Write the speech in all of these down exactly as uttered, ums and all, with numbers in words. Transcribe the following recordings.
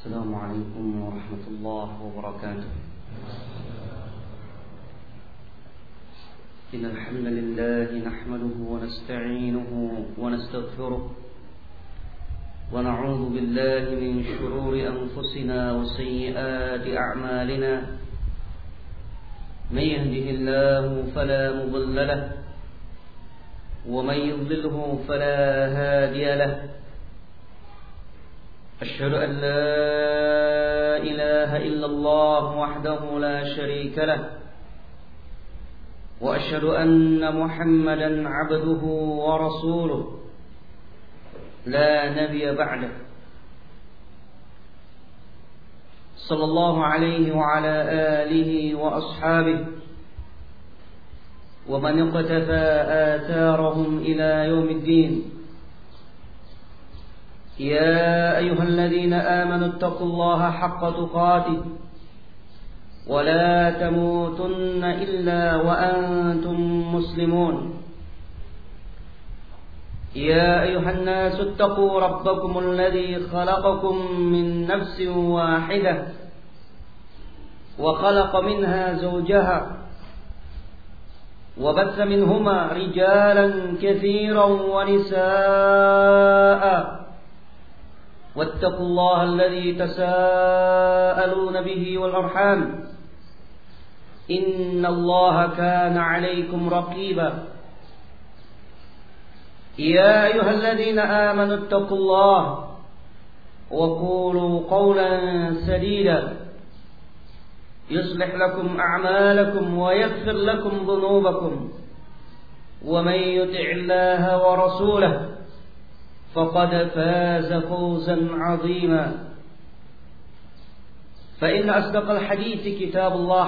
السلام عليكم ورحمة الله وبركاته. إن الحمد لله نحمده ونستعينه ونستغفره ونعوذ بالله من شرور أنفسنا وسيئات أعمالنا. من يهده الله فلا مضل له ومن يضلله فلا هادي له. أشهد أن لا إله إلا الله وحده لا شريك له وأشهد أن محمدا عبده ورسوله لا نبي بعده. صلى الله عليه وعلى آله وأصحابه ومن اقتفى آثارهم إلى يوم الدين. يا أيها الذين آمنوا اتقوا الله حق تقاته ولا تموتن إلا وأنتم مسلمون. يا أيها الناس اتقوا ربكم الذي خلقكم من نفس واحدة وخلق منها زوجها وبث منهما رجالا كثيرا ونساء واتقوا الله الذي تساءلون به والأرحام إن الله كان عليكم رقيبا. يا أيها الذين آمنوا اتقوا الله وقولوا قولا سديدا يصلح لكم أعمالكم ويغفر لكم ذنوبكم ومن يطع الله ورسوله فقد فاز فوزا عظيما. فإن أصدق الحديث كتاب الله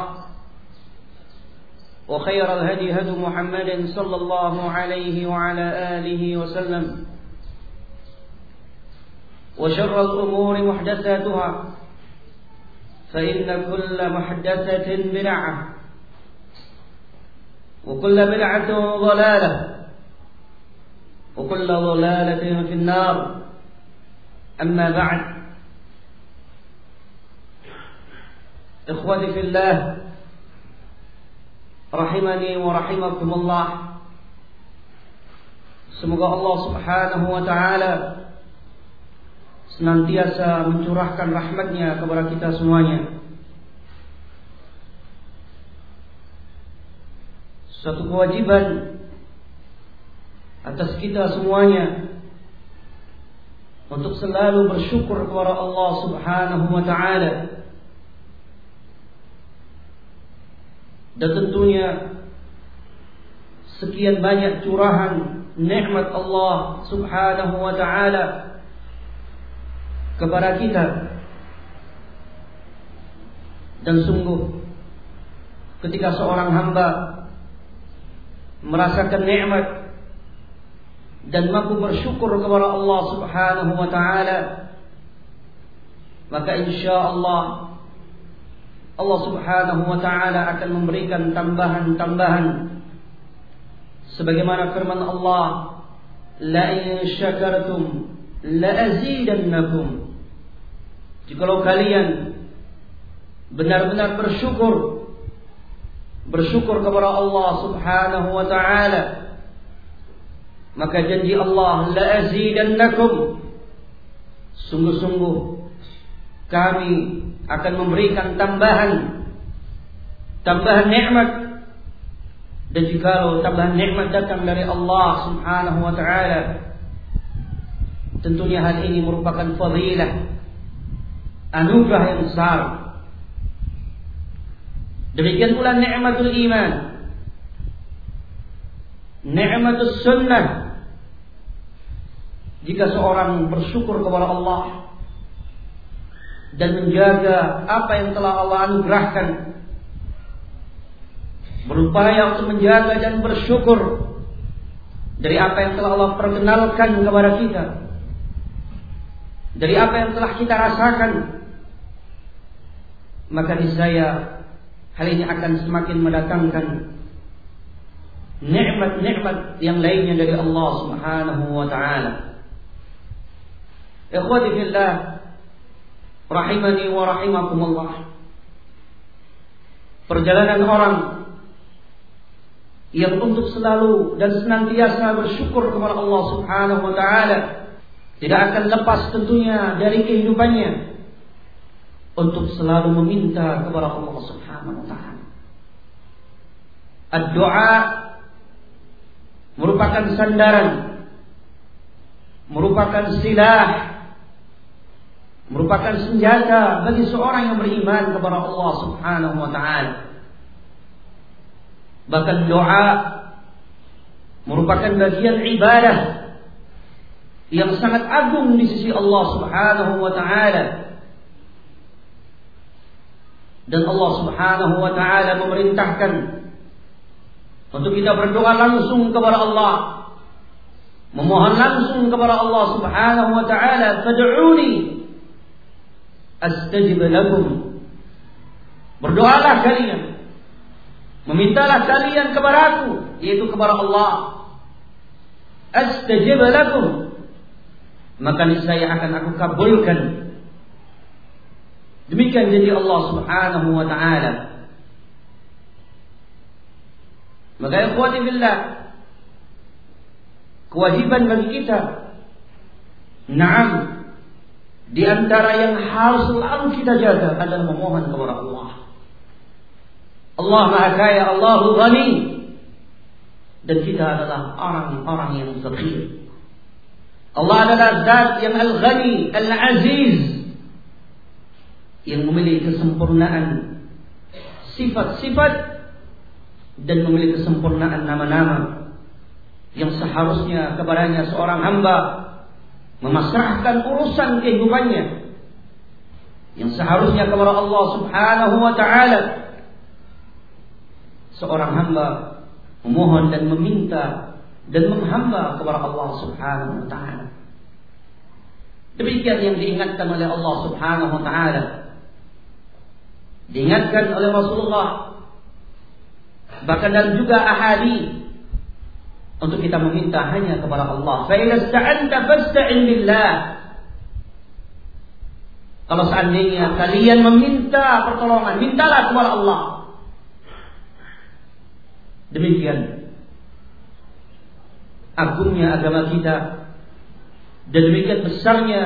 وخير الهدي هدي محمد صلى الله عليه وعلى آله وسلم وشر الأمور محدثاتها فإن كل محدثة بدعة وكل بدعة ضلالة وكل ضلالة في النار. أما بعد. إخوتي في الله rahimani wa rahimakumullah. Semoga Allah Subhanahu wa taala senantiasa mencurahkan rahmatnya kepada kita semuanya. Suatu kewajiban atas kita semuanya untuk selalu bersyukur kepada Allah Subhanahu wa taala. Dan tentunya sekian banyak curahan nikmat Allah Subhanahu wa taala kepada kita. Dan sungguh ketika seorang hamba merasakan nikmat dan mampu bersyukur kepada Allah Subhanahu wa taala, maka insyaallah Allah Subhanahu wa taala akan memberikan tambahan-tambahan sebagaimana firman Allah, la in syakartum la azidannakum. Jikalau kalian benar-benar bersyukur bersyukur kepada Allah Subhanahu wa taala, maka janji Allah, la azidannakum, sungguh-sungguh kami akan memberikan tambahan tambahan nikmat. Dan jikalau tambahan nikmat datang dari Allah Subhanahu wa taala, tentunya hal ini merupakan fadilah, anugerah yang besar. Demikian pula nikmatul iman, nikmatus sunnah. Jika seorang bersyukur kepada Allah dan menjaga apa yang telah Allah anugerahkan, berupaya untuk menjaga dan bersyukur dari apa yang telah Allah perkenalkan kepada kita, dari apa yang telah kita rasakan, maka niscaya hal ini akan semakin mendatangkan nikmat-nikmat yang lainnya dari Allah Subhanahu wa taala. Ikhwati fillah, rahimani wa rahimakumullah. Perjalanan orang yang untuk selalu dan senantiasa bersyukur kepada Allah Subhanahu wa taala, tidak akan lepas tentunya dari kehidupannya untuk selalu meminta kepada Allah Subhanahu wa taala. Ad-du'a merupakan sandaran, merupakan silah, merupakan senjata bagi seorang yang beriman kepada Allah Subhanahu wa taala. Bahkan doa merupakan bagian ibadah yang sangat agung di sisi Allah Subhanahu wa taala. Dan Allah Subhanahu wa taala memerintahkan untuk kita berdoa langsung kepada Allah, memohon langsung kepada Allah Subhanahu wa taala, fad'uni astajib lakum. Berdoalah kalian, memintalah kalian kepadaku, yaitu kepada Allah. Astajib lakum, maka niscaya akan aku kabulkan. Demikian jadi Allah Subhanahu wa taala. Maka ikhwati billah, kewajiban bagi kita, na'am, di antara yang harus selalu kita jaga adalah memohon kepada Allah. Allah Maha Kaya, Allahu Ghani, dan kita adalah orang-orang yang fakir. Allah adalah Zat yang Al-Ghani, Al-Aziz, yang memiliki kesempurnaan sifat-sifat dan memiliki kesempurnaan nama-nama yang seharusnya kepadanya seorang hamba memasrahkan urusan kehidupannya, yang seharusnya kepada Allah Subhanahu wa taala seorang hamba memohon dan meminta dan menghamba kepada Allah Subhanahu wa taala. Demikian yang diingatkan oleh Allah Subhanahu wa taala, diingatkan oleh Rasulullah, bahkan dan juga ahadi, untuk kita meminta hanya kepada Allah. Fa idza sta'anta fasta'in billah. Kalau seandainya kalian meminta pertolongan, mintalah kepada Allah. Demikian agungnya agama kita, dan demikian besarnya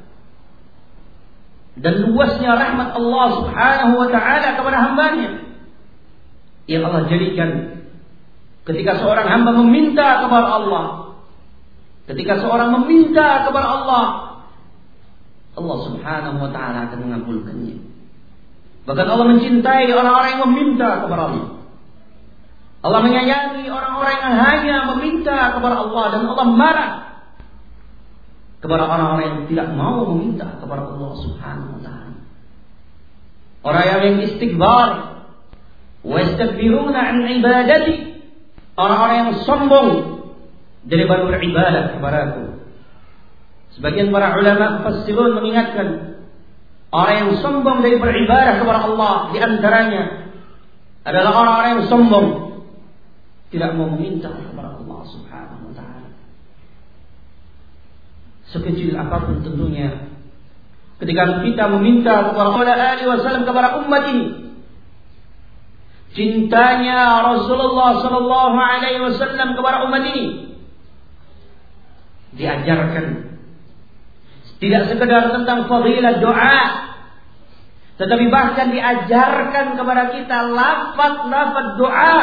dan luasnya rahmat Allah Subhanahu wa taala kepada hambanya, yang Allah jadikan ketika seorang hamba meminta kepada Allah, ketika seorang meminta kepada Allah, Allah Subhanahu wa taala akan mengabulkannya. Bahkan Allah mencintai orang-orang yang meminta kepada Allah. Allah menyayangi orang-orang yang hanya meminta kepada Allah, dan Allah marah kepada orang-orang yang tidak mau meminta kepada Allah Subhanahu wa taala. Orang yang istikbar wa yastakbiruna an ibadati, orang-orang yang sombong daripada beribadah kepadaku. Sebagian para ulama mufassirun mengingatkan, orang yang sombong dari beribadah kepada Allah di antaranya adalah orang-orang yang sombong, tidak mau meminta kepada Allah Subhanahu wa taala. Sekecil apapun tentunya, ketika kita meminta kepada Allah alaihi wasallam, kepada umat ini, cintanya Rasulullah sallallahu alaihi wasallam kepada umat ini diajarkan tidak sekedar tentang fadilah doa, tetapi bahkan diajarkan kepada kita lafaz-lafaz doa,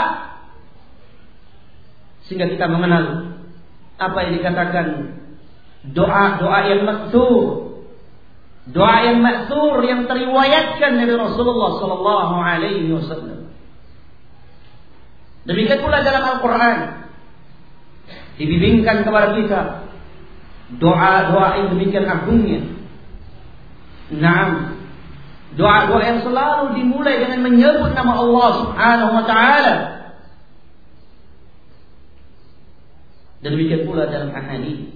sehingga kita mengenal apa yang dikatakan doa-doa yang maksur, doa yang maksur yang teriwayatkan dari Rasulullah sallallahu alaihi wasallam. Demikian pula dalam Al-Quran dibimbingkan kepada kita doa-doa yang demikian agungnya. Naam, doa-doa yang selalu dimulai dengan menyebut nama Allah Subhanahu wa taala. Dan demikian pula dalam hadis.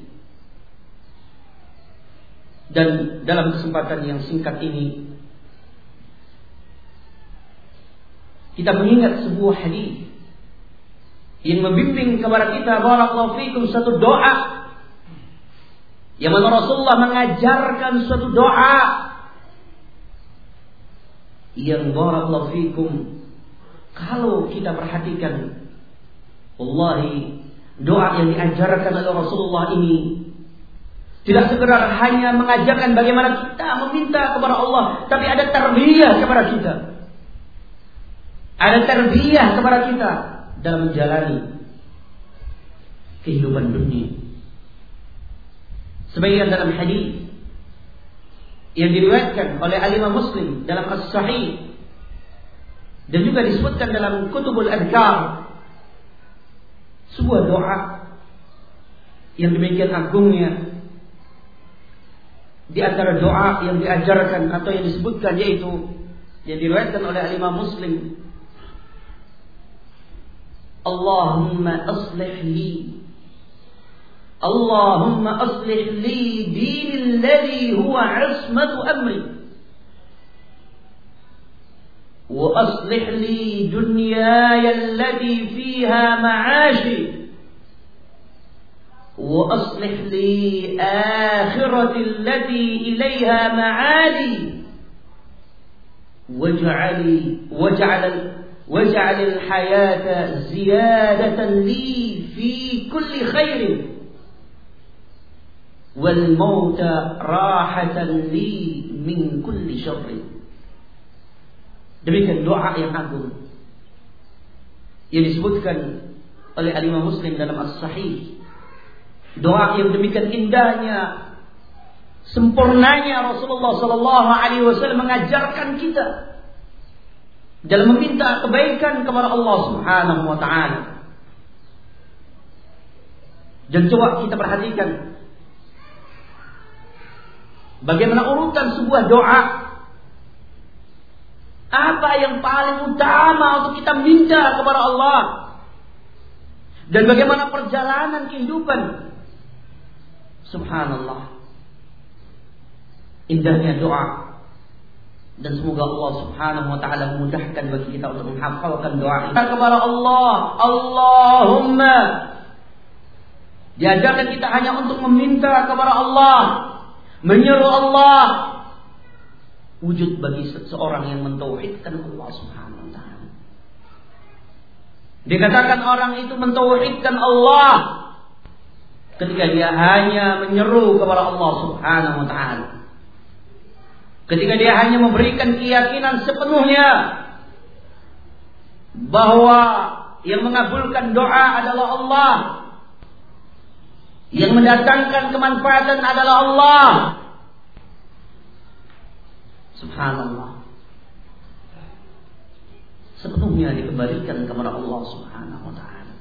Dan dalam kesempatan yang singkat ini kita mengingat sebuah hadis yang membimbing kepada kita, barakallahu fikum, satu doa yang mana Rasulullah mengajarkan suatu doa yang barakallahu fikum, kalau kita perhatikan, wallahi doa yang diajarkan oleh Rasulullah ini tidak sekedar hanya mengajarkan bagaimana kita meminta kepada Allah, tapi ada tarbiyah kepada kita. Ada tarbiyah kepada kita dalam menjalani kehidupan dunia. Sebagian dalam hadis yang diriwayatkan oleh Al-Imam Muslim dalam As-Sahih dan juga disebutkan dalam Kutubul Adhkar, sebuah doa yang demikian agungnya. Di antara doa yang diajarkan atau yang disebutkan yaitu yang diriwayatkan oleh Al-Imam Muslim, Allahumma aslih li Allahumma aslih li dini alladhi huwa ismatu amri wa aslih li dunyaya allati fiha ma'ashi wa aslih li akhirati allati ilayha ma'adi waj'ali waj'al waj'al al-hayata ziyadatan li fi kulli khairin wal mauta rahatan li min kulli syarrin. Demikian doa yang agung yang disebutkan oleh Al-Imam Muslim dalam As-Sahih. Doa yang demikian indahnya, sempurnanya Rasulullah sallallahu alaihi wasallam mengajarkan kita dalam meminta kebaikan kepada Allah Subhanahu wa taala. Dan coba kita perhatikan bagaimana urutan sebuah doa. Apa yang paling utama untuk kita minta kepada Allah, dan bagaimana perjalanan kehidupan. Subhanallah, indahnya doa. Dan semoga Allah Subhanahu wa ta'ala memudahkan bagi kita untuk menghafalkan doa kita kepada Allah. Allahumma, diajarkan kita hanya untuk meminta kepada Allah, menyeru Allah. Wujud bagi seseorang yang mentauhidkan Allah Subhanahu wa ta'ala. Dikatakan orang itu mentauhidkan Allah ketika dia hanya menyeru kepada Allah Subhanahu wa ta'ala, ketika dia hanya memberikan keyakinan sepenuhnya bahwa yang mengabulkan doa adalah Allah, yang mendatangkan kemanfaatan adalah Allah. Subhanallah, sepenuhnya dikembalikan kepada Allah Subhanahu wa ta'ala.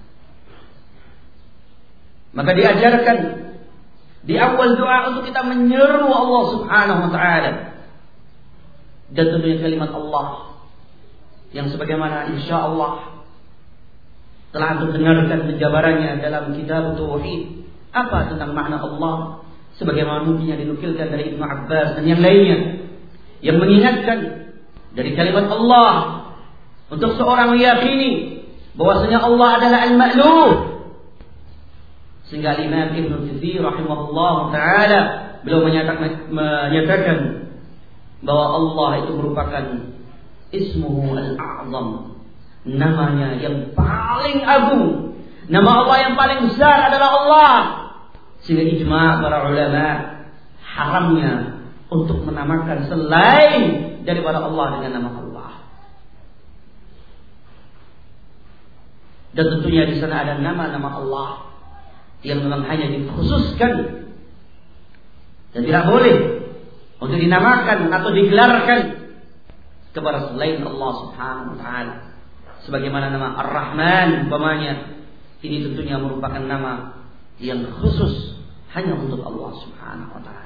Maka diajarkan di awal doa untuk kita menyeru Allah Subhanahu wa ta'ala. Dan tentunya kalimat Allah yang sebagaimana insyaallah telah antum dengarkan penjabarannya dalam kitab Tauhid. Apa tentang makna Allah, sebagaimana mungkin yang dinukilkan dari Ibnu Abbas dan yang lainnya, yang mengingatkan dari kalimat Allah untuk seorang meyakini bahwasanya Allah adalah Al-Ma'luh. Sehingga Imam Ibnu Katsir rahimahullah taala beliau menyatakan, menyatakan bahwa Allah itu merupakan Ismuhu Al-A'zam, namanya yang paling agung, nama Allah yang paling besar adalah Allah. Sehingga ijma' para ulama haramnya untuk menamakan selain daripada Allah dengan nama Allah. Dan tentunya di sana ada nama-nama Allah yang memang hanya dikhususkan dan tidak boleh untuk dinamakan atau digelarkan kepada selain Allah Subhanahu wa ta'ala. Sebagaimana nama Ar-Rahman umpamanya, ini tentunya merupakan nama yang khusus hanya untuk Allah Subhanahu wa ta'ala.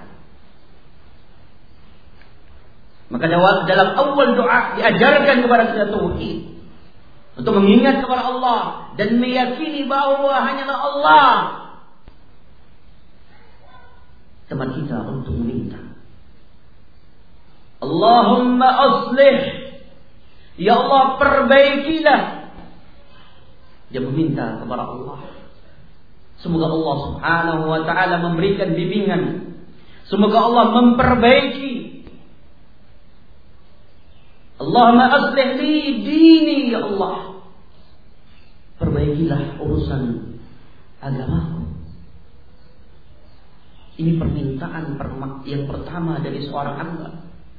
Maka dalam awal doa diajarkan kepada kita tauhid, untuk mengingat kepada Allah dan meyakini bahwa hanyalah Allah tempat kita untuk meminta. Allahumma aslih, ya Allah perbaikilah. Dia meminta kepada Allah. Semoga Allah Subhanahu wa ta'ala memberikan bimbingan. Semoga Allah memperbaiki Allahumma aslih li dini ya Allah. Perbaikilah urusan agamaku. Ini permintaan yang pertama dari seorang hamba.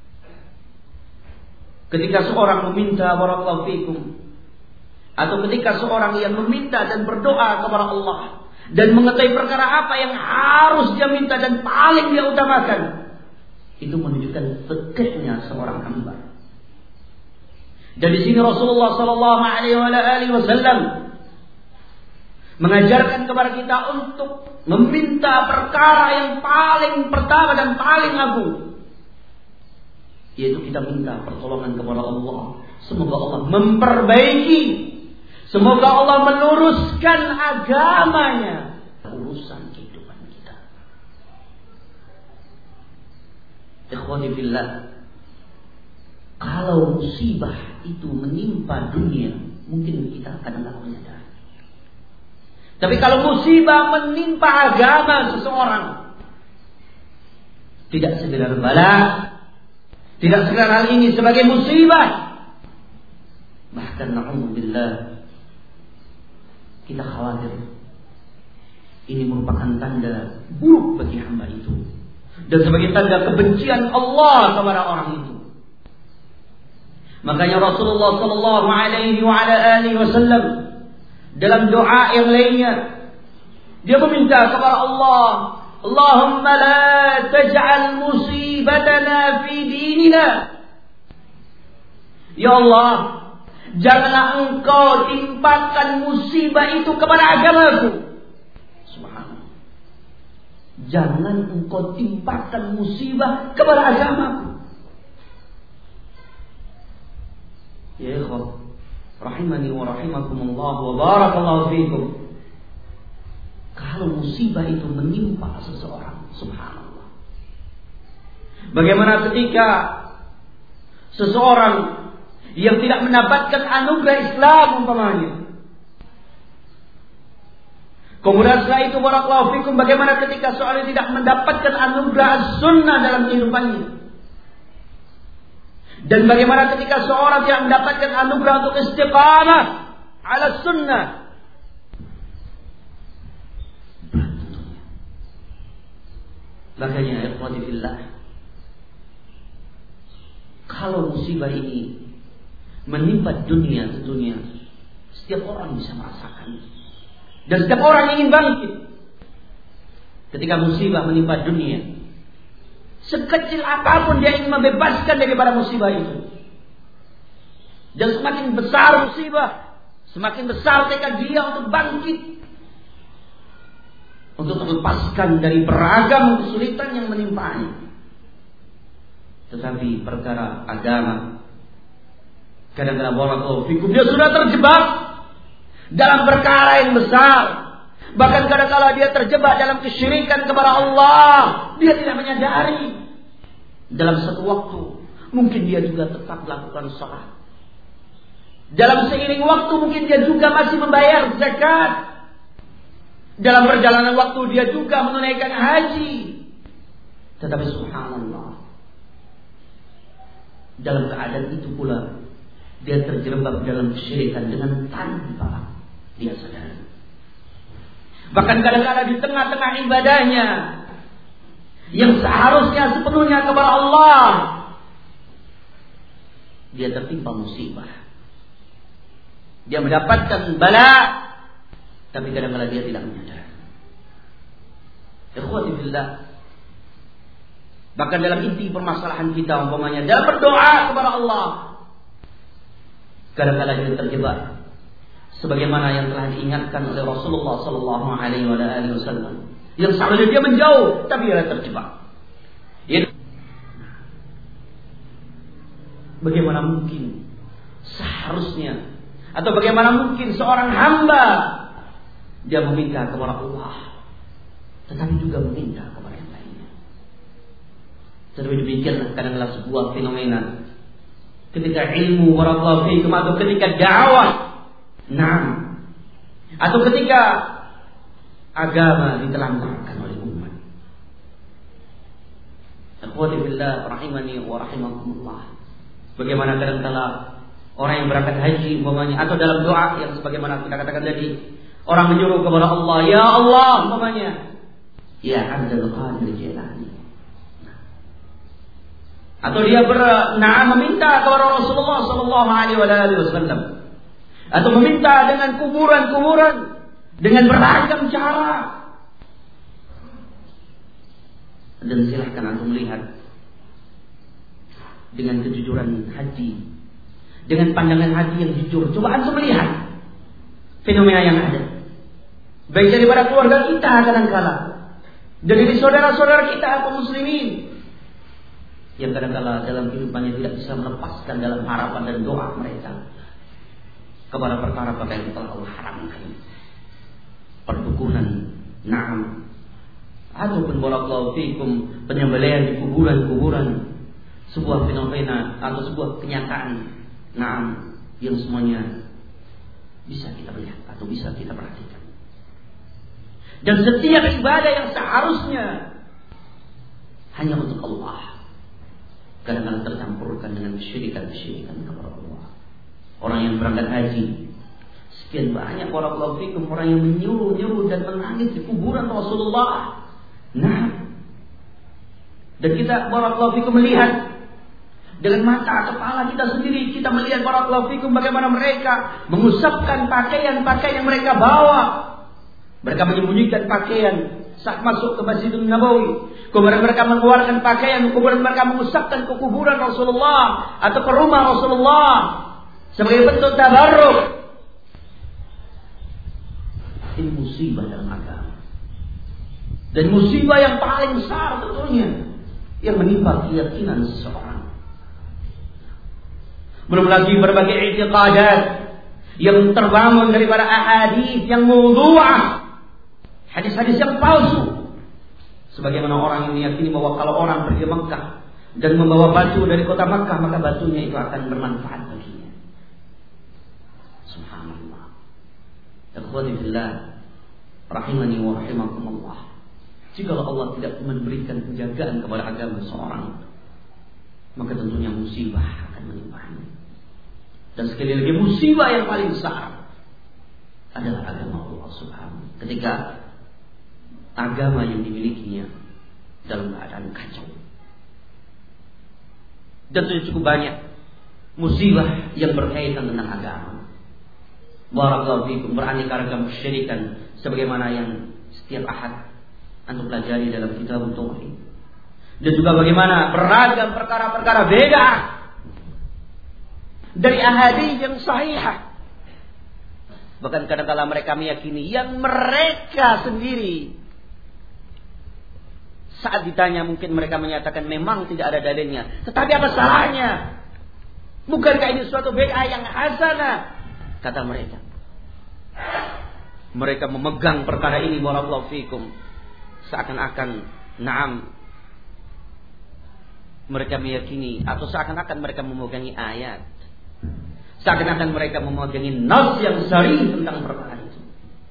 Ketika seorang meminta barakallahu fikum, atau ketika seorang yang meminta dan berdoa kepada Allah dan mengetahui perkara apa yang harus dia minta dan paling dia utamakan, itu menunjukkan fikihnya seorang hamba. Dan di sini Rasulullah sallallahu alaihi wasallam mengajarkan kepada kita untuk meminta perkara yang paling pertama dan paling agung, yaitu kita minta pertolongan kepada Allah. Semoga Allah memperbaiki, semoga Allah meluruskan agamanya, urusan kehidupan kita. Ikhwani fillah, kalau musibah itu menimpa dunia, mungkin kita kadang-kadang menyadari. Tapi kalau musibah menimpa agama seseorang, tidak sekedar bala, tidak sekedar hal ini sebagai musibah, bahkan na'udzubillah, kita khawatir ini merupakan tanda buruk bagi hamba itu, dan sebagai tanda kebencian Allah kepada orang itu. Makanya Rasulullah sallallahu alaihi wa ala alihi wasallam dalam doa yang lainnya dia meminta kepada Allah, Allahumma la taj'al musibatana fi dinina. Ya Allah, janganlah engkau timpakan musibah itu kepada agamaku. Subhanallah. Jangan engkau timpakan musibah kepada agamaku. Ya ikhwan, rahimani wa rahimakumullah wa barakallahu fiikum. Kalau musibah itu menimpa seseorang, subhanallah. Bagaimana ketika seseorang yang tidak mendapatkan anugerah Islam umpamanya, kemudian setelah itu barakallahu fiikum, bagaimana ketika seorang tidak mendapatkan anugerah sunnah dalam kehidupannya, dan bagaimana ketika seorang yang mendapatkan anugerah untuk istiqamah ala sunnah. Makanya ikhwati fillah, kalau musibah ini menimpa dunia, tentunya setiap orang bisa merasakan, dan setiap orang ingin bangkit. Ketika musibah menimpa dunia, sekecil apapun dia ingin membebaskan daripada musibah itu. Dan semakin besar musibah, semakin besar tekad dia untuk bangkit, untuk melepaskan dari beragam kesulitan yang menimpanya. Tetapi perkara agama, kadang-kadang barakallahu fikum, dia sudah terjebak dalam perkara yang besar. Bahkan kadang-kadang dia terjebak dalam kesyirikan kepada Allah, dia tidak menyadari. Dalam satu waktu mungkin dia juga tetap melakukan sholat. Dalam seiring waktu mungkin dia juga masih membayar zakat. Dalam perjalanan waktu dia juga menunaikan haji. Tetapi subhanallah, dalam keadaan itu pula dia terjerembab dalam kesyirikan dengan tanpa dia sadari. Bahkan kadang-kadang di tengah-tengah ibadahnya yang seharusnya sepenuhnya kepada Allah, dia tertimpa musibah. Dia mendapatkan bala, tapi kadang-kadang dia tidak menyadari. Ikhwati billah, bahkan dalam inti permasalahan kita umpamanya dalam berdoa kepada Allah, kadang-kadang dia terjebak sebagaimana yang telah diingatkan oleh Rasulullah sallallahu alaihi wasallam, yang seharusnya dia menjauh tapi dia terjebak. Ya. Bagaimana mungkin seharusnya, atau bagaimana mungkin seorang hamba dia meminta kepada Allah tetapi juga meminta kepada yang lainnya. Tetapi demikianlah kadang-kadang sebuah fenomena ketika ilmu barakallahu fiikum, atau ketika dakwah, nah, atau ketika agama ditelantarkan oleh umat. Akhwati billah rahimani wa rahimakumullah. Bagaimana kadang-kala orang yang berangkat haji umpamanya, atau dalam doa yang sebagaimana kita katakan tadi, orang menyuruh kepada Allah, ya Allah umpamanya, ya Abdul Qadir Jilani. Atau dia bernaam meminta kepada Rasulullah Sallallahu Alaihi Wasallam, atau meminta dengan kuburan-kuburan dengan beragam cara. Dan silahkan antum melihat dengan kejujuran hati, dengan pandangan hati yang jujur. Coba antum melihat fenomena yang ada, baik daripada keluarga kita kadang-kala, dari saudara-saudara kita atau muslimin, yang kadang-kala dalam kehidupannya tidak bisa melepaskan dalam harapan dan doa mereka kepada perkara-perkara yang telah Allah haramkan. Perdukunan, na'am, ataupun barakallahu fikum penyembelihan di kuburan-kuburan, sebuah fenomena atau sebuah kenyataan, na'am, yang semuanya bisa kita lihat atau bisa kita perhatikan. Dan setiap ibadah yang seharusnya hanya untuk Allah, kadang-kadang tercampurkan dengan kesyirikan-kesyirikan kepada Allah. Orang yang berangkat haji, sekian banyak barakallahu fikum orang yang menyuruh-nyuruh dan menangis di kuburan Rasulullah. Nah, dan kita barakallahu fikum melihat dengan mata kepala kita sendiri, kita melihat barakallahu fikum bagaimana mereka mengusapkan pakaian-pakaian yang mereka bawa. Mereka menyembunyikan pakaian saat masuk ke Masjidun Nabawi. Kemudian mereka mengeluarkan pakaian, kemudian mereka mengusapkan ke kuburan Rasulullah atau ke rumah Rasulullah sebagai bentuk tabarruk. Ini musibah dalam agama, dan musibah yang paling besar tentunya yang menimpa keyakinan seseorang. Belum lagi berbagai i'tiqadat yang terbangun daripada ahadits yang mawdu'ah, hadis-hadis yang palsu. Sebagaimana orang yang meyakini bahwa kalau orang pergi ke Mekah dan membawa batu dari kota Mekah, maka batunya itu akan bermanfaat baginya. Subhanallah. Ikhwani fillah, rahimani wa rahimakumullah. Jika Allah tidak memberikan penjagaan kepada agama seorang, maka tentunya musibah akan menimpanya. Dan sekali lagi musibah yang paling besar adalah agama Allah Subhanahu. Ketika agama yang dimilikinya dalam keadaan kacau. Dan itu cukup banyak musibah yang berkaitan dengan agama. Barakallahu fikum, beraneka ragam kesyirikan sebagaimana yang setiap ahad antum pelajari dalam kitab tauhid. Dan juga bagaimana beragam perkara-perkara beda dari ahadits yang sahihah. Bahkan kadang-kala mereka meyakini yang mereka sendiri, saat ditanya mungkin mereka menyatakan memang tidak ada dalilnya. Tetapi apa salahnya? Bukankah ini suatu bid'ah yang hasanah? Kata mereka. Mereka memegang perkara ini barakallahu fikum seakan-akan na'am, mereka meyakini atau seakan-akan mereka memegangi ayat, seakan-akan mereka memegangi nas yang sharih tentang perkara itu.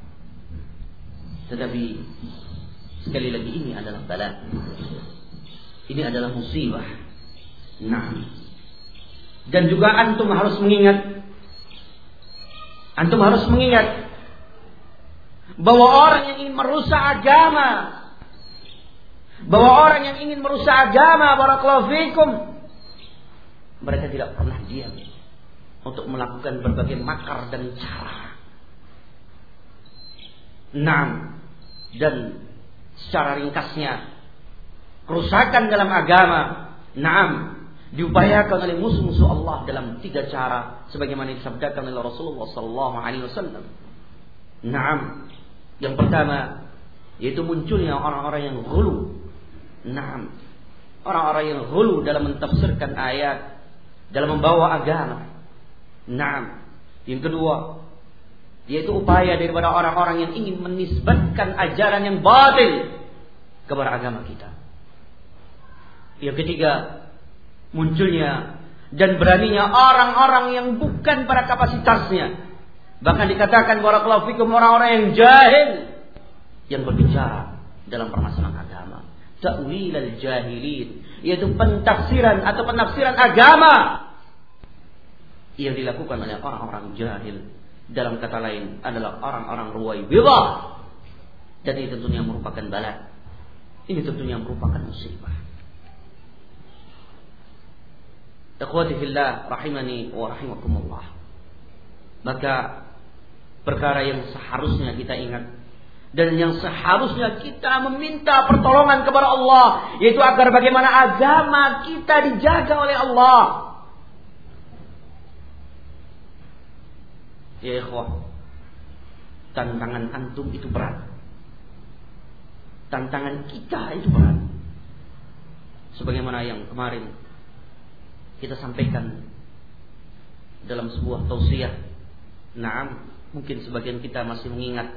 Tetapi sekali lagi ini adalah bala, ini adalah musibah. Nah, dan juga antum harus mengingat, antum harus mengingat bahwa orang yang ingin merusak agama, bahwa orang yang ingin merusak agama, barakallahu fikum, mereka tidak pernah diam untuk melakukan berbagai makar dan cara. Nah, dan secara ringkasnya, kerusakan dalam agama, naam, diupayakan oleh musuh-musuh Allah dalam tiga cara, sebagaimana disabdakan oleh Rasulullah Sallallahu Alaihi Wasallam. Naam, yang pertama yaitu munculnya orang-orang yang ghulu. Naam, orang-orang yang ghulu dalam mentafsirkan ayat, dalam membawa agama. Naam, yang kedua yaitu upaya daripada orang-orang yang ingin menisbatkan ajaran yang batil kepada agama kita. Yang ketiga, munculnya dan beraninya orang-orang yang bukan pada kapasitasnya, bahkan dikatakan barakallahu fikum orang-orang yang jahil, yang berbicara dalam permasalahan agama. Ta'wil al-jahilin, yaitu pentafsiran atau penafsiran agama yang dilakukan oleh orang-orang jahil, dalam kata lain adalah orang-orang ruwaibidah, dan ini tentunya merupakan bala. Ini tentunya merupakan musibah. Ikhwati fillah rahimani wa rahimakumullah. Maka perkara yang seharusnya kita ingat dan yang seharusnya kita meminta pertolongan kepada Allah, yaitu agar bagaimana agama kita dijaga oleh Allah. Ya ikhwah, tantangan antum itu berat. Tantangan kita itu berat. Sebagaimana yang kemarin kita sampaikan dalam sebuah tausiah. Naam, mungkin sebagian kita masih mengingat.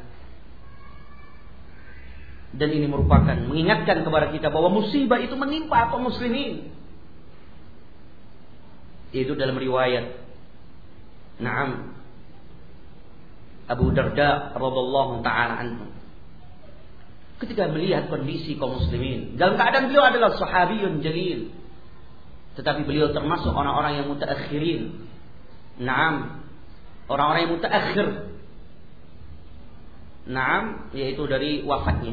Dan ini merupakan mengingatkan kepada kita bahwa musibah itu menimpa kaum muslimin. Itu dalam riwayat Naam Abu Darda radhiyallahu taala anhu, ketika melihat kondisi kaum muslimin, dalam keadaan beliau adalah sahabiyun jalil, tetapi beliau termasuk orang-orang yang mutaakhirin. Naam, orang-orang yang mutaakhir. Naam, yaitu dari wafatnya.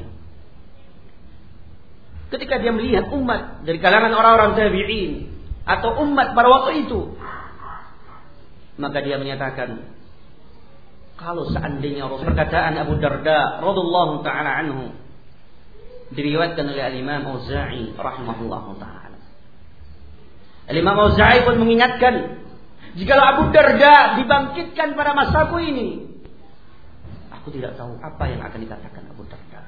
Ketika dia melihat umat dari kalangan orang-orang tabi'in atau umat pada waktu itu, maka dia menyatakan, kalau seandainya Rasul, perkataan Abu Darda radhiyallahu taala anhu diriwayatkan oleh Al-Imam Auza'i rahimahullahu taala. Al-Imam Auza'i pun mengingatkan, jikalau Abu Darda dibangkitkan pada masaku ini, aku tidak tahu apa yang akan dikatakan Abu Darda.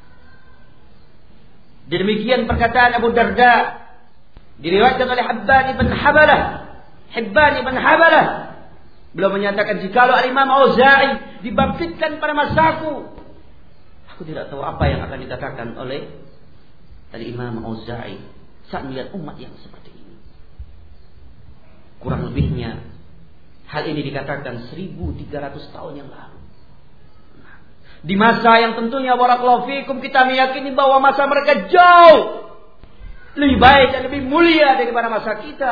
Demikian perkataan Abu Darda diriwayatkan oleh Hibban ibn Habalah. Hibban ibn Habalah beliau menyatakan, jikalau Al-Imam Auza'i dibangkitkan pada masaku, aku tidak tahu apa yang akan dikatakan oleh Al-Imam Auza'i saat melihat umat yang seperti ini. Kurang lebihnya hal ini dikatakan seribu tiga ratus tahun yang lalu. Di masa yang tentunya barakallahu fikum kita meyakini bahwa masa mereka jauh lebih baik dan lebih mulia daripada masa kita.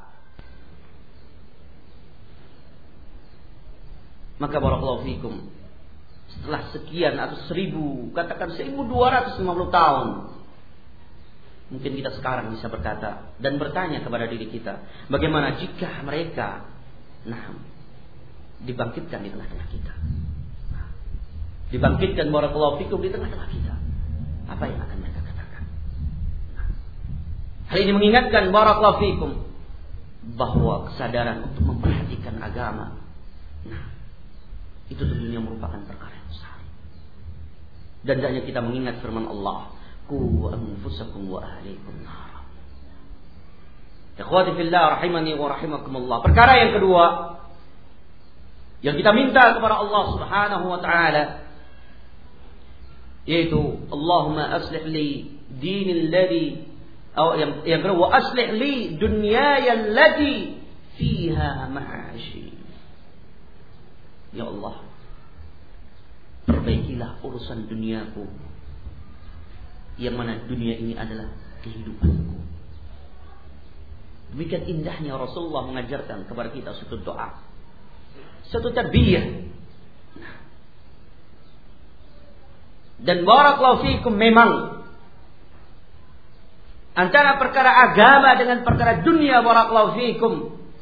Maka barakallahu fikum, setelah sekian atau seribu, katakan seribu dua ratus lima puluh tahun, mungkin kita sekarang bisa berkata dan bertanya kepada diri kita, bagaimana jika mereka nah dibangkitkan di tengah-tengah kita, nah, dibangkitkan barakallahu fikum di tengah-tengah kita, apa yang akan mereka katakan? Nah, hal ini mengingatkan barakallahu fikum bahwa kesadaran untuk memperhatikan agama, nah itu tentunya merupakan perkara yang besar. Dan hendaknya kita mengingat firman Allah, qu anfusakum wa ahlikum nar. Ikhwati fillah rahimani wa rahimakumullah. Perkara yang kedua yang kita minta kepada Allah Subhanahu wa taala, yaitu Allahumma aslih li dinil ladzi atau yang yang kedua, wa aslih li dunyaya allati fiha ma'ashi. Ya Allah, perbaikilah urusan duniaku, yang mana dunia ini adalah kehidupanku. Demikian indahnya Rasulullah mengajarkan kepada kita suatu doa, suatu tarbiyah. Dan barakallahu fikum, memang antara perkara agama dengan perkara dunia, barakallahu fikum,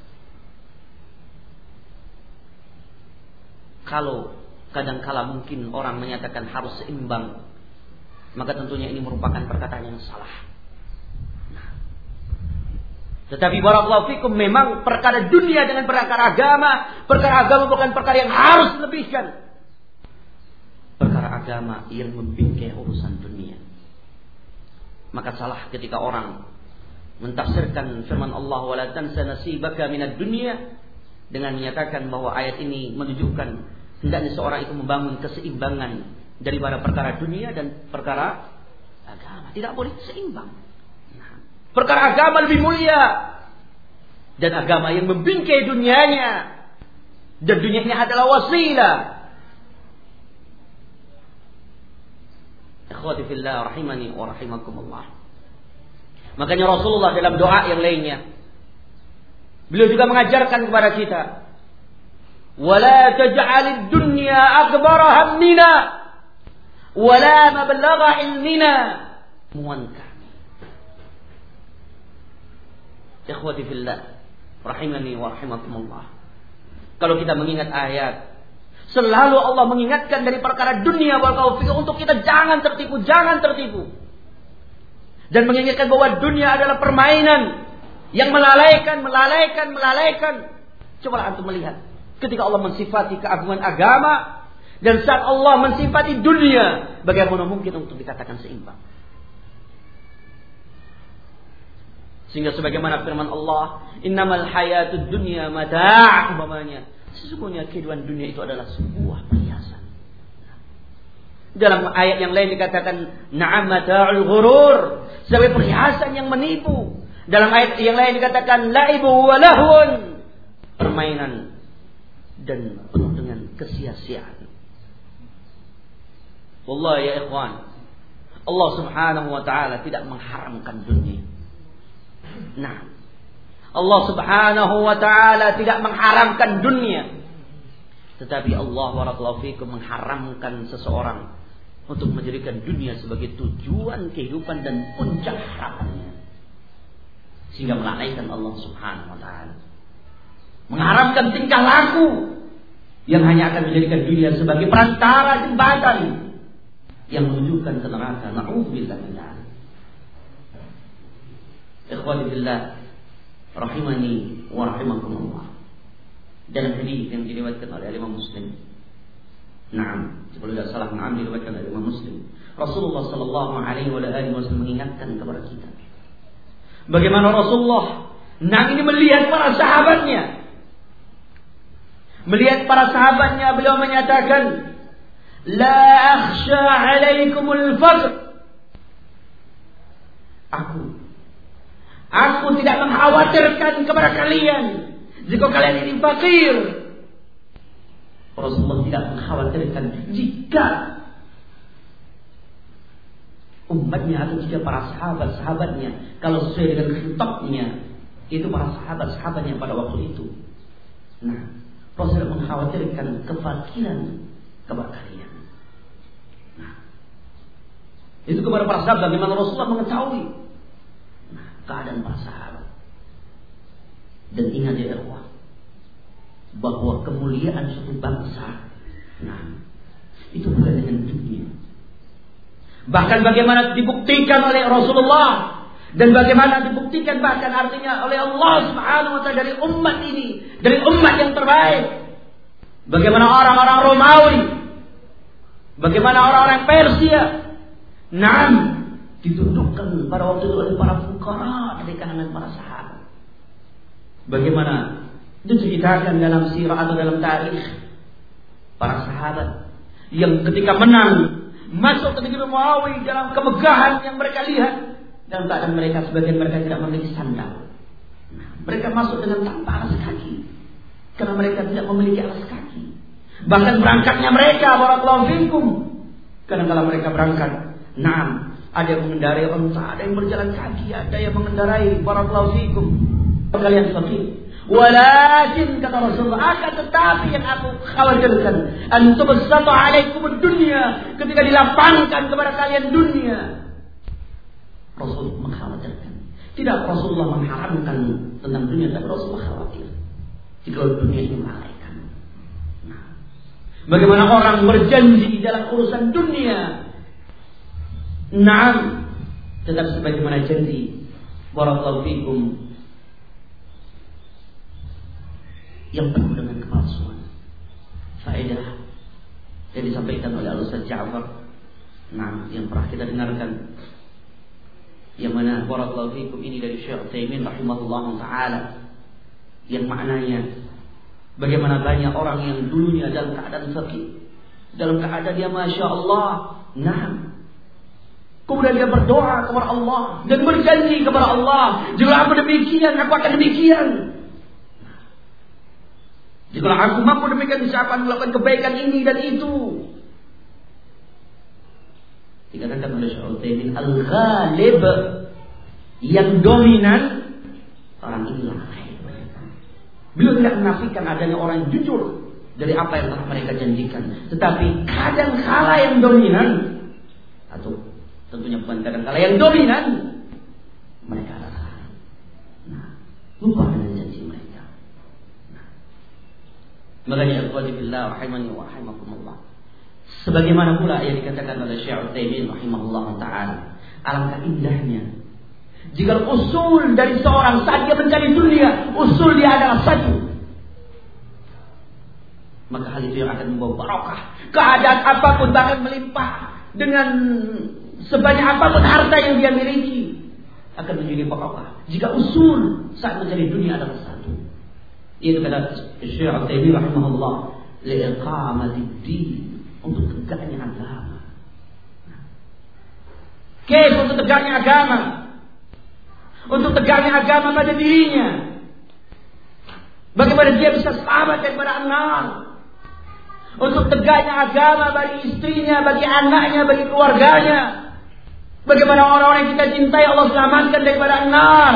kalau kadangkala mungkin orang menyatakan harus seimbang, maka tentunya ini merupakan perkataan yang salah. Nah, tetapi barakallahu fikum, memang perkara dunia dengan perkara agama, perkara agama bukan perkara yang harus dilebihkan. Perkara agama yang membingkai urusan dunia. Maka salah ketika orang mentafsirkan firman Allah, wala tansa nasibaka minad dunya, dengan menyatakan bahwa ayat ini menunjukkan hendaknya seorang itu membangun keseimbangan daripada perkara dunia dan perkara agama. Tidak boleh seimbang. Nah, perkara agama lebih mulia, dan agama yang membingkai dunianya, dan dunianya adalah wasilah. Ikhwati fillah rahimani wa rahimakumullah. Makanya Rasulullah dalam doa yang lainnya, beliau juga mengajarkan kepada kita Wala taj'alid dunya akbara hammina wala mablagha ilmina. Mohon kami. Ikhwati fillah, rahimani wa rahimakumullah. Kalau kita mengingat ayat, selalu Allah mengingatkan dari perkara dunia barakallahu fikum untuk kita jangan tertipu, jangan tertipu. Dan mengingatkan bahwa dunia adalah permainan yang melalaikan, melalaikan, melalaikan. Cobalah antum melihat ketika Allah mensifati keagungan agama dan saat Allah mensifati dunia, bagaimana mungkin untuk dikatakan seimbang? Sehingga sebagaimana firman Allah, innamal hayatud dunya mata', umpamanya, sesungguhnya kehidupan dunia itu adalah sebuah perhiasan. Dalam ayat yang lain dikatakan na'am mata'ul ghurur, sebagai perhiasan yang menipu. Dalam ayat yang lain dikatakan la'ibu wa lahun, permainan dan penuh dengan kesia-siaan. Wallahi ya ikhwan, Allah Subhanahu wa taala tidak mengharamkan dunia. Nah, Allah Subhanahu wa taala tidak mengharamkan dunia. Tetapi Allah barakallahu fikum mengharamkan seseorang untuk menjadikan dunia sebagai tujuan kehidupan dan puncak harapannya, sehingga melalaikan Allah Subhanahu wa taala. Mengharamkan tingkah laku yang hanya akan menjadikan dunia sebagai perantara jembatan yang menunjukkan ke neraka. Na'udzubillah min dzalik. Ikhwani fillah, rahimani wa rahimakumullah. Dalam hadis yang diriwayatkan oleh Imam Muslim, Naam, kalau tidak salah, Naam diriwayatkan oleh Imam Muslim, Rasulullah sallallahu alaihi wasallam mengingatkan kepada kita bagaimana Rasulullah Naam ini melihat para sahabatnya. Melihat para sahabatnya, beliau menyatakan, la akhsha alaikumul faqr. Aku Aku tidak mengkhawatirkan kepada kalian jika kalian ini fakir. Rasulullah tidak mengkhawatirkan jika umatnya atau jika para sahabat-sahabatnya, kalau sesuai dengan kitabnya, itu para sahabat-sahabatnya pada waktu itu. Nah, Rasulullah mengkhawatirkan kefakiran kepada kalian. Nah, itu kepada para sahabat, bagaimana Rasulullah mengetahui keadaan para sahabat. Dan ingat ya ikhwah, bahwa kemuliaan suatu bangsa, nah, itu bukan dengan dunia. Bahkan bagaimana dibuktikan oleh Rasulullah, dan bagaimana dibuktikan bahkan artinya oleh Allah Subhanahu wa taala dari umat ini, dari umat yang terbaik. Bagaimana orang-orang Romawi, bagaimana orang-orang Persia, nah, ditundukkan pada waktu itu oleh para fuqara dari kalangan para sahabat. Bagaimana diceritakan dalam sirah atau dalam tarikh para sahabat yang ketika menang masuk ke negeri Romawi dalam kemegahan yang mereka lihat, dalam keadaan mereka sebagian mereka tidak memiliki sandal. Mereka masuk dengan tanpa alas kaki karena mereka tidak memiliki alas kaki. Bahkan berangkatnya mereka barakallahu fikum, karena kalau mereka berangkat, nah, ada yang mengendarai unta, ada yang berjalan kaki, ada yang mengendarai barakallahu fikum. Kalian fakir. Walakin kata Rasulullah, akan tetapi yang aku khawatirkan, antum bersatu alaikum dunia, ketika dilapangkan kepada kalian dunia. Rasul mengkhawatirkan. Tidak Rasulullah mengharamkan tentang dunia, tapi Rasulullah khawatir jika dunia ini melalaikan. Nah, bagaimana orang berjanji dalam urusan dunia, nah, tetap sebagaimana janji barakallahu fikum yang penuh dengan kepalsuan. Faedah yang disampaikan oleh Al-Ustaz Ja'far, nah, yang pernah kita dengarkan, yang mana barakallahu fikum ini dari Syekh Utsaimin rahimahullah taala, yang maknanya bagaimana banyak orang yang dulunya dalam keadaan fakir, dalam keadaan dia masya Allah, nah, kemudian dia berdoa kepada Allah dan berjanji kepada Allah, jika aku demikian, aku akan demikian. Jika aku mampu demikian, bisa akan melakukan kebaikan ini dan itu. Dikatakan oleh Syekh Utsaimin, al-ghalib, yang dominan, orang ini lalai. Beliau tidak menafikan adanya orang yang jujur, dari apa yang telah mereka janjikan. Tetapi kadang kala yang dominan, atau tentunya bukan kadang kala yang dominan, mereka adalah nah, lupa dengan janji mereka. Nah, makanya ikhwati billah rahimani wa rahimakumullah. Sebagaimana pula yang dikatakan oleh Syekh Utsaimin rahimahullah taala, alangkah indahnya jika usul dari seorang saat dia mencari dunia, usul dia adalah satu, maka hal itu yang akan membawa barokah. Keadaan apapun, bahkan melimpah dengan sebanyak apapun harta yang dia miliki, akan menjadi barokah jika usul saat mencari dunia adalah satu. Itu kata Syekh Utsaimin rahimahullah, liiqamatid din, untuk tegaknya agama. Kes untuk tegaknya agama, untuk tegaknya agama pada dirinya. Bagaimana dia bisa selamat daripada nar. Untuk tegaknya agama bagi istrinya, bagi anaknya, bagi keluarganya. Bagaimana orang-orang yang kita cintai Allah selamatkan daripada nar.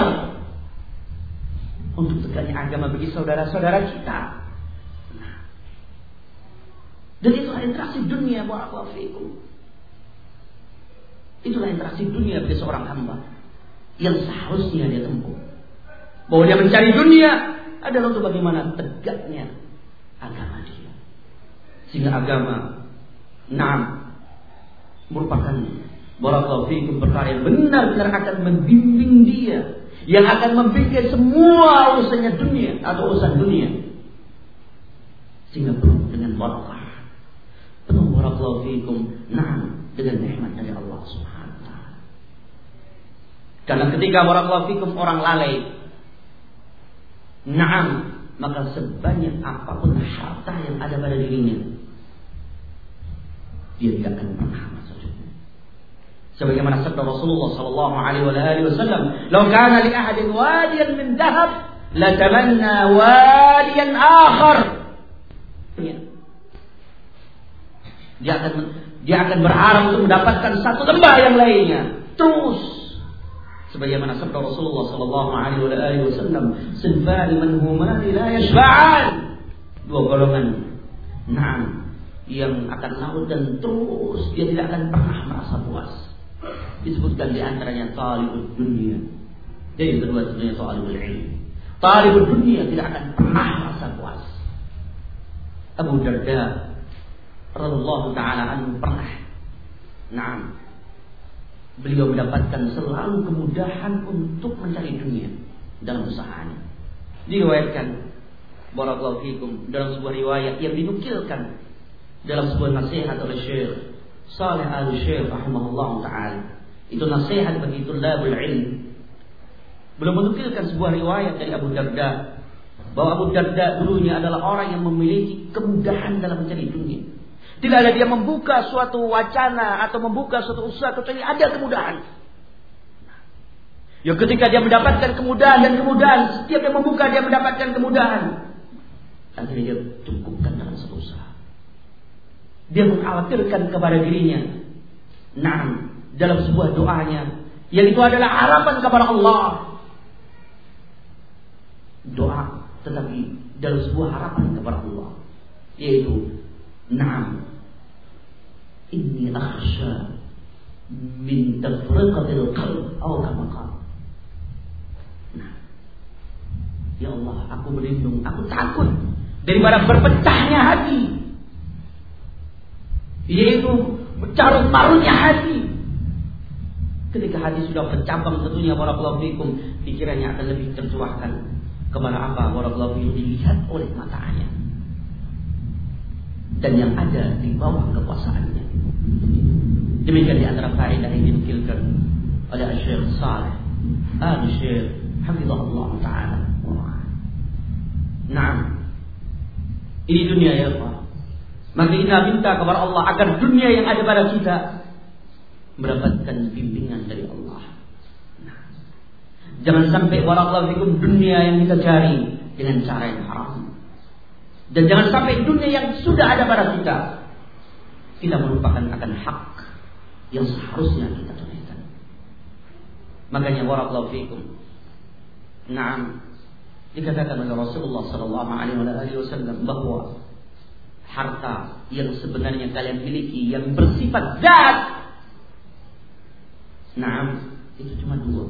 Untuk tegaknya agama bagi saudara-saudara kita. Nah. Dan itulah interaksi dunia, barakallahu fiikum. Itulah interaksi dunia bagi seorang hamba yang seharusnya dia tempuh. Bahwa dia mencari dunia adalah untuk bagaimana tegaknya agama dia. Sehingga agama Naam merupakan barakallahu fiikum perkara yang benar-benar akan membimbing dia, yang akan membimbing semua urusannya dunia atau urusan dunia, sehingga penuh dengan barakah, penuh barakallahu fiikum Naam dengan nikmat dari Allah Subhanahu wa taala. Karena ketika barakallahu fiikum orang lalai, Naam, maka sebanyak apapun harta yang ada pada dirinya, dia tidak akan pernah masuk surga. Sebagaimana sabda Rasulullah sallallahu alaihi wasallam, "Lau kana li ahadin wadiyan min dhahab, la tamanna wadiyan akhar." Dia akan dia akan berharap untuk mendapatkan satu lembah yang lainnya. Terus sebagaimana sabda Rasulullah sallallahu alaihi wasallam, "Sinfani man huma la yashba'an." Dua golongan, Naam, yang akan laut dan terus dia tidak akan pernah merasa puas. Disebutkan di antaranya talibud dunia. Jadi kedua tentunya talibul ilm. Talibud dunia tidak akan pernah merasa puas. Abu Darda radhiyallahu taala anhu pernah, Naam, beliau mendapatkan selalu kemudahan untuk mencari dunia dalam usahanya. Diriwayatkan barakallahu fiikum dalam sebuah riwayat yang dinukilkan dalam sebuah nasihat oleh Syekh Saleh Al-Syekh rahimahullah ta'ala. Itu nasihat bagi tulabul ilm. Belum menukilkan sebuah riwayat dari Abu Darda, bahwa Abu Darda dulunya adalah orang yang memiliki kemudahan dalam mencari dunia. Tidak ada dia membuka suatu wacana atau membuka suatu usaha kecuali ada kemudahan. Ya, ketika dia mendapatkan kemudahan dan kemudahan, setiap dia membuka dia mendapatkan kemudahan, akhirnya dia cukupkan dalam satu usaha. Dia mengkhawatirkan kepada dirinya, Naam, dalam sebuah doanya, yang itu adalah harapan kepada Allah. Doa, tetapi dalam sebuah harapan kepada Allah, yaitu, Naam, inni akhsha min tafriqatil qalb atau kama qala. Nah, ya Allah, aku berlindung, aku takut daripada berpecahnya hati, yaitu carut marutnya hati. Ketika hati sudah bercabang, tentunya barakallahu fiikum, pikirannya akan lebih tercuahkan kepada apa barakallahu fiikum dilihat oleh matanya dan yang ada di bawah kekuasaannya. Demikian di antara faedah yang dinukilkan oleh Syekh Saleh Al-Syekh hafizahullah taala. Nah, ini dunia ya Allah. Maka kita minta kepada Allah agar dunia yang ada pada kita mendapatkan bimbingan dari Allah. Nah, jangan sampai barakallahu fikum dunia yang kita cari dengan cara yang haram. Dan jangan sampai dunia yang sudah ada pada kita, kita melupakan akan hak yang seharusnya kita tunaikan. Makanya barakallahu fikum, Naam, dikatakan oleh Rasulullah sallallahu alaihi wasallam bahwa harta yang sebenarnya kalian miliki yang bersifat zat. Nah, itu cuma dua.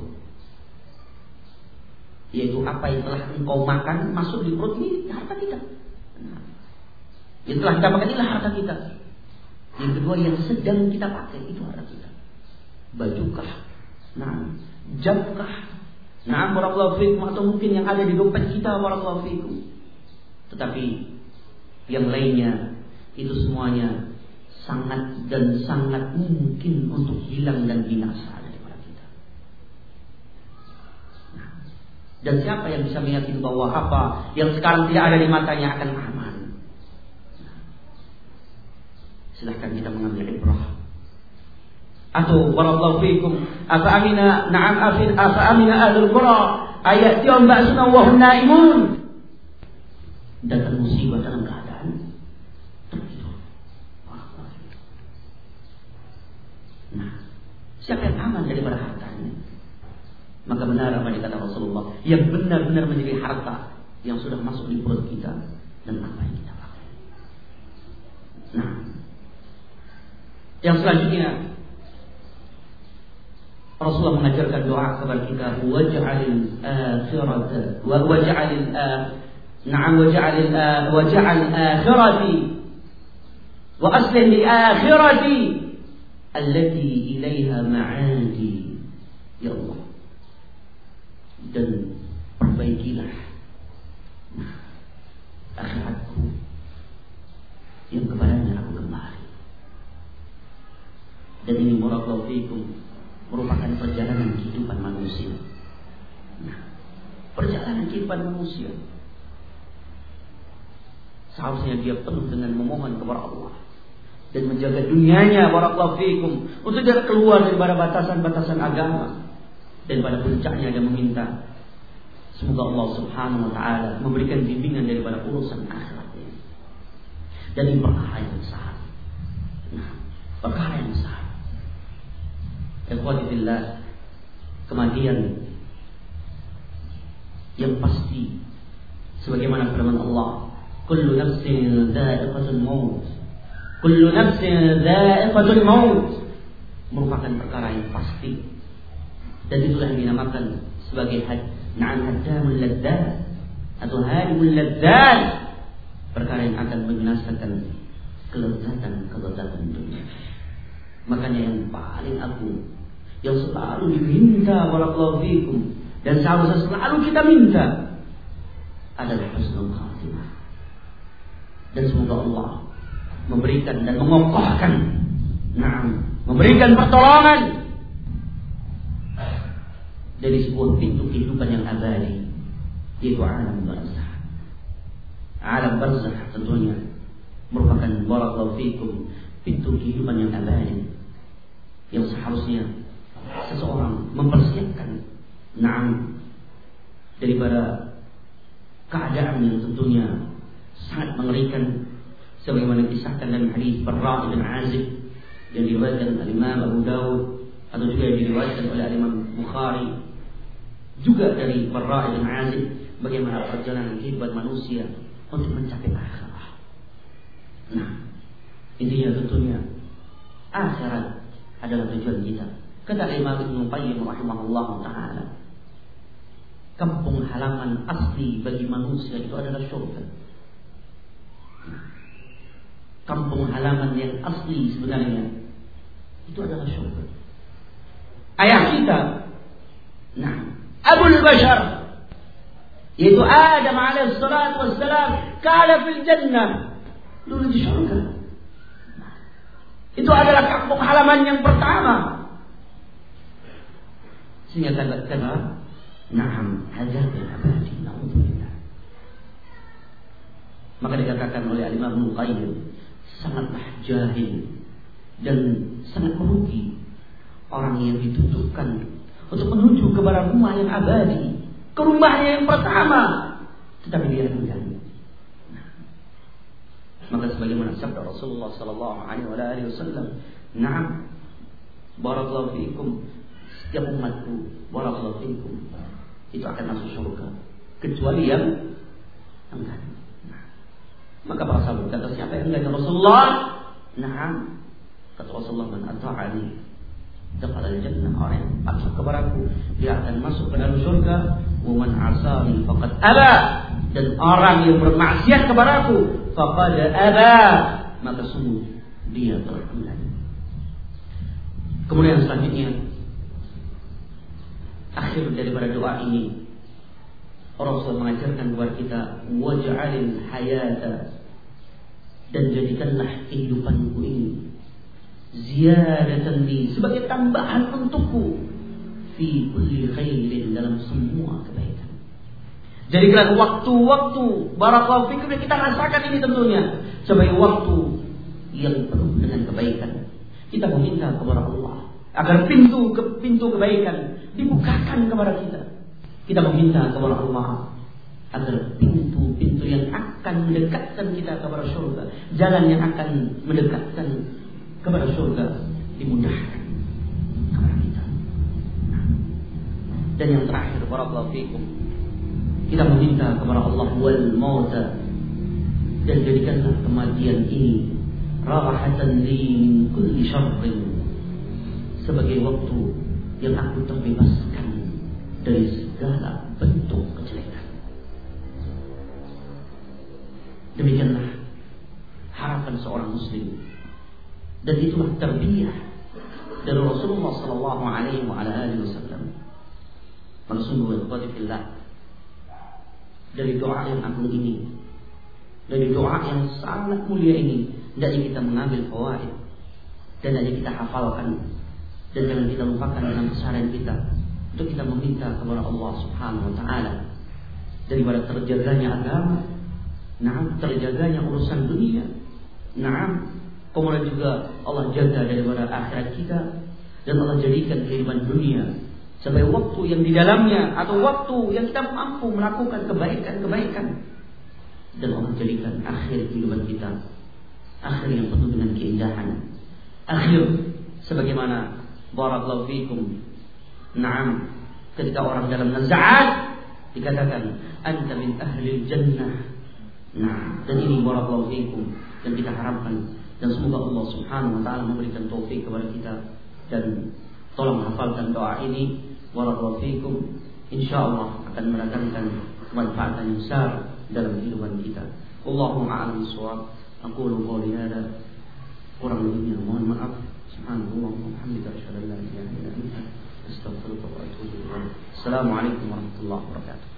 Yaitu apa yang telah engkau makan masuk di perut ini harta kita. Nah, yang telah kita makan inilah harta kita. Yang kedua yang sedang kita pakai itu harta kita. Bajukah? Nah, jamkah? Nah, barakallahu fikum, atau mungkin yang ada di dompet kita, barakallahu fikum. Tetapi yang lainnya itu semuanya sangat dan sangat mungkin untuk hilang dan binasa daripada kita. Nah, dan siapa yang bisa meyakini bahwa apa yang sekarang tidak ada di matanya akan aman? Nah, silahkan kita mengambil ibrah. Atau barakallahu fikum, afa amina na'am afin afa amina ahlul qura ayatiyum ba'suna wa hum naimun. Datang musibah dalam keadaan tertidur. Nah, siapa yang aman daripada hartanya? Maka benar apa yang dikata Rasulullah, yang benar-benar menjadi harta yang sudah masuk di perut kita dan apa yang kita pakai. Nah, yang selanjutnya Rasulullah mengajarkan doa kepada kita, waj'alil akhirata wa waj'alil na'am waj'alil waj'al akhirati wa aslih li akhirati allati ilaiha ma'adi. Ya Allah, dan perbaikilah akhiratku yang kepadanya aku kembali. Dan ini barakallahu fikum merupakan perjalanan kehidupan manusia. Nah, perjalanan kehidupan manusia seharusnya dia penuh dengan memohon kepada Allah dan menjaga dunianya, barakallahu fikum, untuk dia keluar daripada batasan-batasan agama, dan pada puncaknya dia meminta semoga Allah Subhanahu wa taala memberikan bimbingan daripada urusan akhiratnya. Dan ini perkara yang besar. Nah, perkara yang besar. Ikhwati billah, kematian yang pasti sebagaimana firman Allah, kullu nafsin dha'iqatul maut, kullu nafsin dha'iqatul maut, merupakan perkara yang pasti. Dan itulah yang dinamakan sebagai had na'am hadamul ladzat atau hadimul ladzat, perkara yang akan membinasakan kelezatan-kelezatan dunia. Makanya yang paling agung, yang selalu diminta barakallahu fikum, dan seharusnya selalu kita minta, adalah husnul khatimah. Dan semoga Allah memberikan dan mengokohkan, nah, memberikan pertolongan dari sebuah pintu kehidupan yang abadi, yaitu alam barzakh. Alam barzakh tentunya merupakan barakallahu fikum pintu kehidupan yang abadi, yang seharusnya seseorang mempersiapkan, na'am, daripada keadaan yang tentunya sangat mengerikan, sebagaimana disahkan dalam hadis Barra' bin Azib yang diriwayatkan oleh Imam Abu Dawud, atau juga yang diriwayatkan oleh Imam Bukhari, juga dari Barra' bin Azib, bagaimana perjalanan kehidupan manusia untuk mencapai akhirat. Nah, intinya tentunya akhirat adalah tujuan kita. Kata Imam Ibnu Qayyim rahimahullah taala, kampung halaman asli bagi manusia itu adalah surga. Kampung halaman yang asli sebenarnya itu adalah surga. Ayah kita, nah, Abul Bashar, yaitu Adam alaihi salatu wassalam, kana fil jannah, dulu di surga. Itu adalah kampung halaman yang pertama. Sehingga kata-kata, na'am hadzal abadi, na'udzubillah. Maka dikatakan oleh Imam Ibnu Qayyim, sangatlah jahil dan sangat merugi orang yang ditutupkan untuk menuju kepada rumah yang abadi, ke rumahnya yang pertama, tetapi dia enggan. Maka sebagaimana sabda Rasulullah sallallahu alaihi wasallam, "Na'am, barakallahu fiikum, setiap umatku, barakallahu fiikum, itu akan masuk surga, kecuali yang enggan." Nah, Maka para sahabat kata, siapa yang enggak Rasulullah? Na'am. Kata Rasulullah, man ata'ani dakhala al-jannah, orang yang patuh kepadaku dia akan masuk ke dalam surga. Wa man 'asani faqad aba, dan orang yang bermaksiat kepadaku faqad aba, maka sungguh dia telah enggan. Kemudian selanjutnya, akhir daripada doa ini, Rasulullah mengajarkan kepada kita, waj'alil hayata, dan jadikanlah kehidupanku ini ziyadatan li, sebagai tambahan untukku, fi kulli khairin, dalam semua kebaikan. Jadikan waktu-waktu barakallahu fikum yang kita rasakan ini tentunya sebagai waktu yang penuh dengan kebaikan. Kita meminta kepada Allah agar pintu ke pintu kebaikan dibukakan kepada kita. Kita meminta kepada Allah agar pintu-pintu yang akan mendekatkan kita kepada surga, jalan yang akan mendekatkan kepada surga, dimudahkan kepada kita. Dan yang terakhir, barakallahu fikum, kita meminta kepada Allah wal mauta, dan jadikanlah kematian ini rahatan li min kulli syarrin, sebagai waktu yang aku terbebaskan dari segala bentuk kejelekan. Demikianlah harapan seorang muslim, dan itulah tarbiyah dari Rasulullah sallallahu alaihi wasallam. Maka sungguh ikhwatifillah, dari doa yang agung ini, dari doa yang sangat mulia ini, hendaknya kita mengambil fawaid, dan hendaknya kita hafalkan, dan jangan kita lupakan dalam keseharian kita untuk kita meminta kepada Allah Subhanahu wa taala daripada terjaganya agama, na'am, terjaganya urusan dunia, na'am, kemudian juga Allah jaga daripada akhirat kita, dan Allah jadikan kehidupan dunia sebagai waktu yang di dalamnya, atau waktu yang kita mampu melakukan kebaikan-kebaikan, dan Allah jadikan akhir kehidupan kita akhir yang penuh dengan keindahan, akhir sebagaimana barakallahu fikum, na'am, ketika orang dalam nazaat dikatakan anta min ahli jannah. Nah, dan ini barakallahu fikum, dan kita harapkan, dan semoga Allah Subhanahu wa taala memberikan taufik kepada kita, dan tolong hafalkan doa ini barakallahu fikum, insyaallah akan mendatangkan manfaat yang besar dalam kehidupan kita. Allahumma a'lam bissawab. Aqulu qouli hadza, kurang lebihnya mohon maaf. Subhanallah wa bihamdihi, asyhadu an la ilaha illa anta, astaghfiruka wa atubu ilaik. Assalamualaikum warahmatullahi wabarakatuh.